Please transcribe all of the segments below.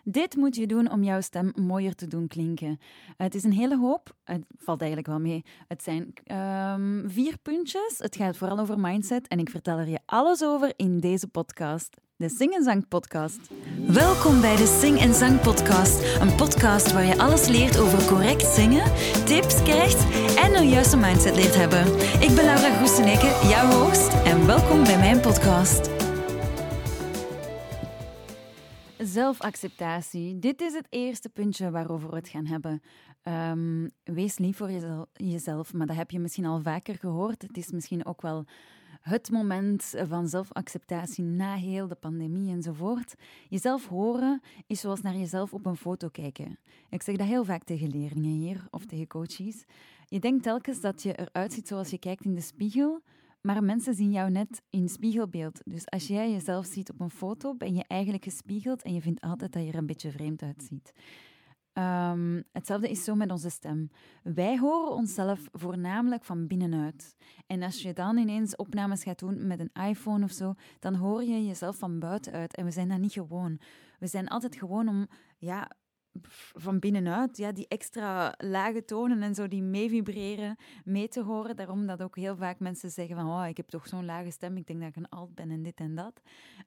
Dit moet je doen om jouw stem mooier te doen klinken. Het is een hele hoop. Het valt eigenlijk wel mee. Het zijn 4 puntjes. Het gaat vooral over mindset. En ik vertel er je alles over in deze podcast. De Zing en Zang podcast. Welkom bij de Zing en Zang podcast. Een podcast waar je alles leert over correct zingen, tips krijgt en een juiste mindset leert hebben. Ik ben Laura Groeseneke, jouw host. En welkom bij mijn podcast. Zelfacceptatie. Dit is het eerste puntje waarover we het gaan hebben. Wees lief voor jezelf, maar dat heb je misschien al vaker gehoord. Het is misschien ook wel het moment van zelfacceptatie na heel de pandemie enzovoort. Jezelf horen is zoals naar jezelf op een foto kijken. Ik zeg dat heel vaak tegen leerlingen hier of tegen coaches. Je denkt telkens dat je eruit ziet zoals je kijkt in de spiegel, maar mensen zien jou net in spiegelbeeld. Dus als jij jezelf ziet op een foto, ben je eigenlijk gespiegeld en je vindt altijd dat je er een beetje vreemd uitziet. Hetzelfde is zo met onze stem. Wij horen onszelf voornamelijk van binnenuit. En als je dan ineens opnames gaat doen met een iPhone of zo, dan hoor je jezelf van buitenuit. En we zijn dat niet gewoon. We zijn altijd gewoon om, van binnenuit, die extra lage tonen en zo die mee vibreren, mee te horen. Daarom dat ook heel vaak mensen zeggen van, ik heb toch zo'n lage stem, ik denk dat ik een alt ben en dit en dat.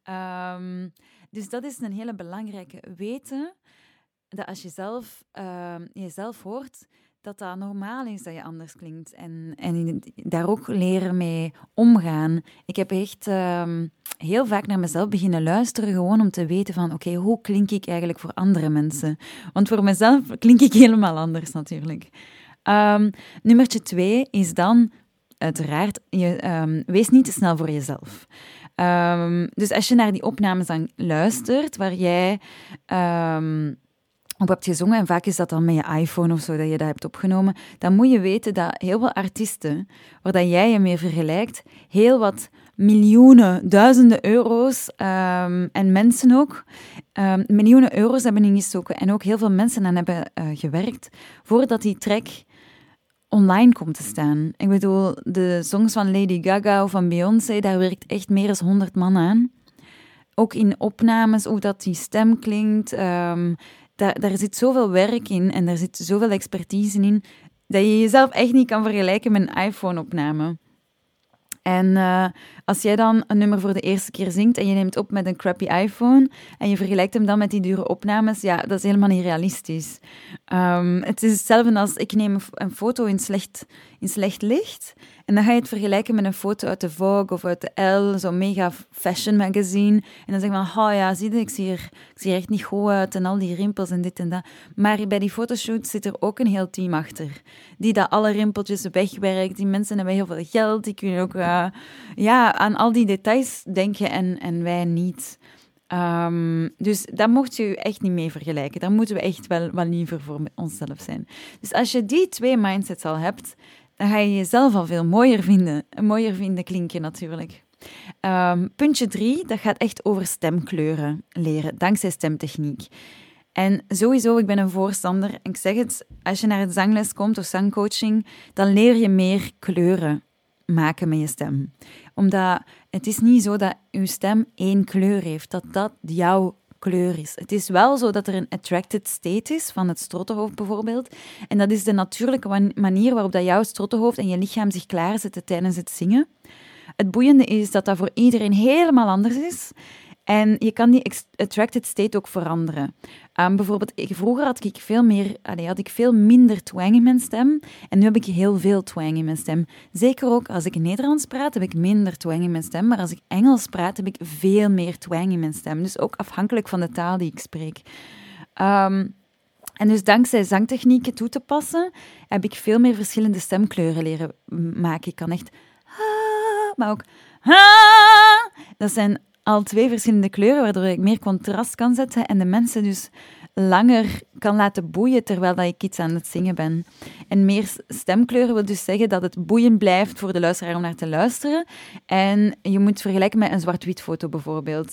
Dus dat is een hele belangrijke. Weten dat als je jezelf hoort, dat normaal is dat je anders klinkt. En daar ook leren mee omgaan. Ik heb echt heel vaak naar mezelf beginnen luisteren, gewoon om te weten van, oké, hoe klink ik eigenlijk voor andere mensen? Want voor mezelf klink ik helemaal anders natuurlijk. Nummertje 2 is dan, uiteraard, wees niet te snel voor jezelf. Dus als je naar die opnames dan luistert, waar jij op hebt gezongen, en vaak is dat dan met je iPhone of zo, dat je dat hebt opgenomen, dan moet je weten dat heel veel artiesten, waar dat jij je mee vergelijkt, heel wat miljoenen, duizenden euro's, en mensen ook, miljoenen euro's hebben ingestoken en ook heel veel mensen aan hebben gewerkt, voordat die track online komt te staan. Ik bedoel, de songs van Lady Gaga of van Beyoncé, daar werkt echt meer dan 100 man aan. Ook in opnames, hoe dat die stem klinkt, daar zit zoveel werk in en daar zit zoveel expertise in, dat je jezelf echt niet kan vergelijken met een iPhone-opname. En als jij dan een nummer voor de eerste keer zingt en je neemt op met een crappy iPhone en je vergelijkt hem dan met die dure opnames, dat is helemaal niet realistisch. Het is hetzelfde als ik neem een foto in slecht licht en dan ga je het vergelijken met een foto uit de Vogue of uit de Elle, zo'n mega fashion magazine. En dan zeg je van, zie je, ik zie er echt niet goed uit en al die rimpels en dit en dat. Maar bij die fotoshoot zit er ook een heel team achter, die dat alle rimpeltjes wegwerkt. Die mensen hebben heel veel geld, die kunnen ook aan al die details denken en wij niet. Dus daar mocht je echt niet mee vergelijken. Daar moeten we echt wel liever voor onszelf zijn. Dus als je die 2 mindsets al hebt, dan ga je jezelf al veel mooier vinden klinken natuurlijk. Puntje 3, dat gaat echt over stemkleuren leren, dankzij stemtechniek. En sowieso, ik ben een voorstander. Ik zeg het, als je naar het zangles komt of zangcoaching, dan leer je meer kleuren maken met je stem. Omdat het is niet zo dat je stem 1 kleur heeft, dat jouw kleur is. Het is wel zo dat er een attracted state is, van het strottenhoofd bijvoorbeeld. En dat is de natuurlijke manier waarop dat jouw strottenhoofd en je lichaam zich klaarzetten tijdens het zingen. Het boeiende is dat dat voor iedereen helemaal anders is. En je kan die attracted state ook veranderen. Bijvoorbeeld, vroeger had ik veel minder twang in mijn stem. En nu heb ik heel veel twang in mijn stem. Zeker ook als ik Nederlands praat, heb ik minder twang in mijn stem. Maar als ik Engels praat, heb ik veel meer twang in mijn stem. Dus ook afhankelijk van de taal die ik spreek. En dus dankzij zangtechnieken toe te passen, heb ik veel meer verschillende stemkleuren leren maken. Ik kan echt maar ook dat zijn al 2 verschillende kleuren, waardoor ik meer contrast kan zetten en de mensen dus langer kan laten boeien terwijl dat ik iets aan het zingen ben. En meer stemkleuren wil dus zeggen dat het boeiend blijft voor de luisteraar om naar te luisteren. En je moet vergelijken met een zwart-wit foto bijvoorbeeld.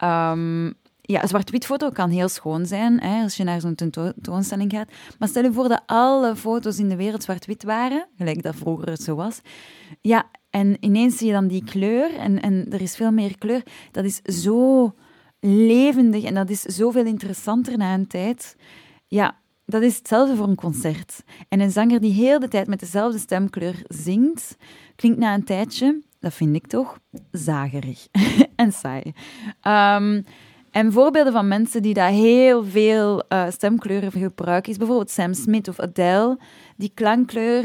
Een zwart-wit foto kan heel schoon zijn, als je naar zo'n tentoonstelling gaat. Maar stel je voor dat alle foto's in de wereld zwart-wit waren, gelijk dat vroeger het zo was. En ineens zie je dan die kleur en er is veel meer kleur. Dat is zo levendig en dat is zoveel interessanter na een tijd. Ja, dat is hetzelfde voor een concert. En een zanger die heel de tijd met dezelfde stemkleur zingt, klinkt na een tijdje, dat vind ik toch, zagerig en saai. En voorbeelden van mensen die daar heel veel stemkleuren gebruiken, is bijvoorbeeld Sam Smith of Adele. Die klankkleur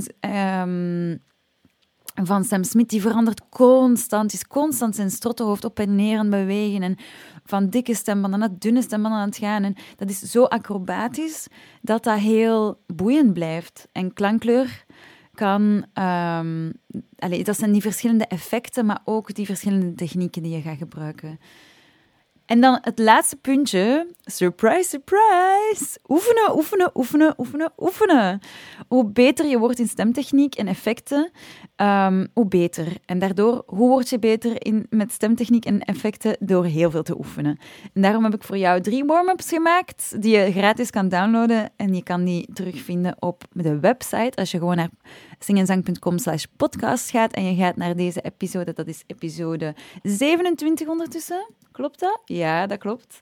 van Sam Smith, die verandert constant. Die is constant zijn strottenhoofd op en neer aan het bewegen. En van dikke stembanden naar dunne stembanden aan het gaan. En dat is zo acrobatisch dat heel boeiend blijft. En klankkleur kan... dat zijn die verschillende effecten, maar ook die verschillende technieken die je gaat gebruiken. En dan het laatste puntje, surprise, surprise, oefenen, oefenen, oefenen, oefenen, oefenen. Hoe beter je wordt in stemtechniek en effecten, hoe beter. En daardoor, hoe word je beter met stemtechniek en effecten? Door heel veel te oefenen. En daarom heb ik voor jou 3 warm-ups gemaakt, die je gratis kan downloaden. En je kan die terugvinden op de website. Als je gewoon naar zingenzang.com/podcast gaat en je gaat naar deze episode, dat is episode 27 ondertussen. Klopt dat? Ja, dat klopt.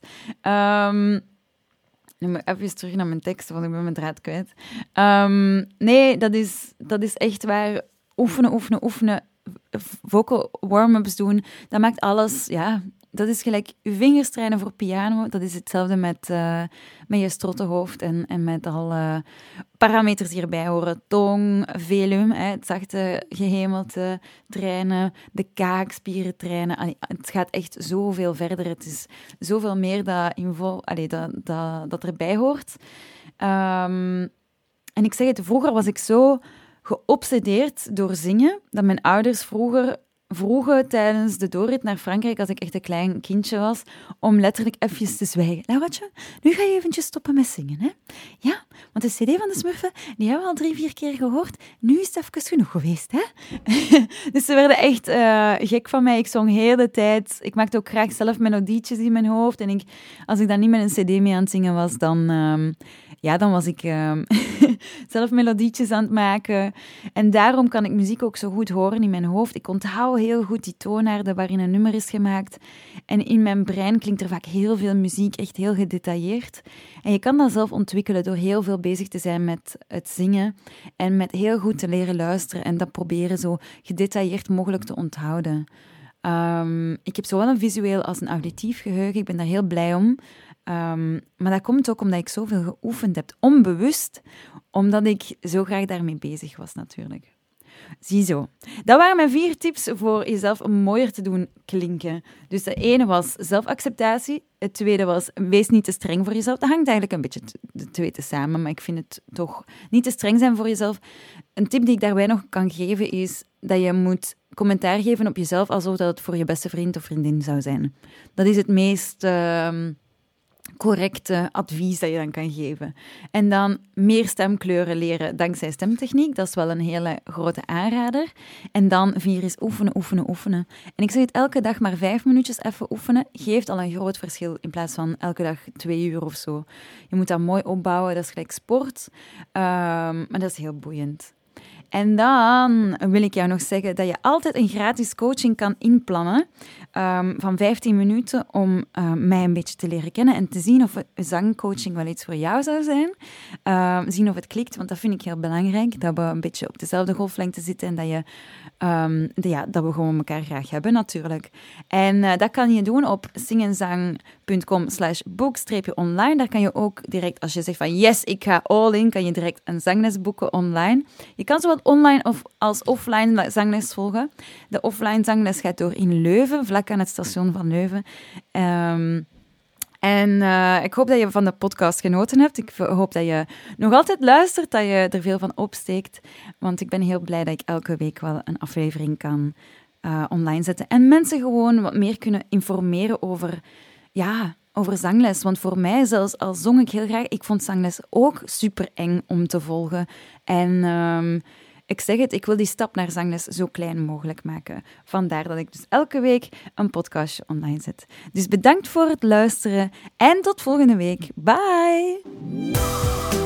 Nu moet ik even terug naar mijn tekst, want ik ben mijn draad kwijt. Nee, dat is echt waar. Oefenen, oefenen, oefenen. Vocal warm-ups doen. Dat maakt alles... Ja, dat is gelijk je vingers trainen voor piano. Dat is hetzelfde met je strottenhoofd en met alle parameters die erbij horen. Tong, velum, het zachte gehemelte trainen, de kaakspieren trainen. Het gaat echt zoveel verder. Het is zoveel meer dat erbij hoort. En ik zeg het, vroeger was ik zo geobsedeerd door zingen, dat mijn ouders vroegen tijdens de doorrit naar Frankrijk, als ik echt een klein kindje was, om letterlijk even te zwijgen. Lauratje, nu ga je eventjes stoppen met zingen, hè? Ja, want de cd van de Smurfen, die hebben we al 3-4 keer gehoord. Nu is het even genoeg geweest, hè? Dus ze werden echt gek van mij. Ik zong heel de tijd. Ik maakte ook graag zelf melodietjes in mijn hoofd. En als ik dan niet met een cd mee aan het zingen was, dan was ik zelf melodietjes aan het maken. En daarom kan ik muziek ook zo goed horen in mijn hoofd. Ik onthoud heel goed die toonaarden waarin een nummer is gemaakt. En in mijn brein klinkt er vaak heel veel muziek, echt heel gedetailleerd. En je kan dat zelf ontwikkelen door heel veel bezig te zijn met het zingen en met heel goed te leren luisteren en dat proberen zo gedetailleerd mogelijk te onthouden. Ik heb zowel een visueel als een auditief geheugen. Ik ben daar heel blij om. Maar dat komt ook omdat ik zoveel geoefend heb, onbewust, omdat ik zo graag daarmee bezig was natuurlijk. Ziezo. Dat waren mijn 4 tips voor jezelf mooier te doen klinken. Dus de ene was zelfacceptatie. Het tweede was, wees niet te streng voor jezelf. Dat hangt eigenlijk een beetje de 2 samen, maar ik vind het toch niet te streng zijn voor jezelf. Een tip die ik daarbij nog kan geven is dat je moet commentaar geven op jezelf alsof dat het voor je beste vriend of vriendin zou zijn. Dat is het meest correcte advies dat je dan kan geven. En dan meer stemkleuren leren dankzij stemtechniek. Dat is wel een hele grote aanrader. En dan 4 is oefenen, oefenen, oefenen. En ik zeg het, elke dag maar 5 minuutjes even oefenen geeft al een groot verschil in plaats van elke dag 2 uur of zo. Je moet dat mooi opbouwen. Dat is gelijk sport. Maar dat is heel boeiend. En dan wil ik jou nog zeggen dat je altijd een gratis coaching kan inplannen van 15 minuten om mij een beetje te leren kennen en te zien of zangcoaching wel iets voor jou zou zijn. Zien of het klikt, want dat vind ik heel belangrijk, dat we een beetje op dezelfde golflengte zitten en dat we gewoon elkaar graag hebben natuurlijk. En dat kan je doen op zingenzang.com/boek-online. Daar kan je ook direct, als je zegt van yes, ik ga all in, kan je direct een zangles boeken online. Je kan zowel online als offline zangles volgen. De offline zangles gaat door in Leuven, vlak aan het station van Leuven. Ik hoop dat je van de podcast genoten hebt. Ik hoop dat je nog altijd luistert, dat je er veel van opsteekt. Want ik ben heel blij dat ik elke week wel een aflevering kan online zetten. En mensen gewoon wat meer kunnen informeren over zangles. Want voor mij, zelfs al zong ik heel graag, ik vond zangles ook super eng om te volgen. En ik zeg het, ik wil die stap naar zangles zo klein mogelijk maken. Vandaar dat ik dus elke week een podcastje online zet. Dus bedankt voor het luisteren en tot volgende week. Bye!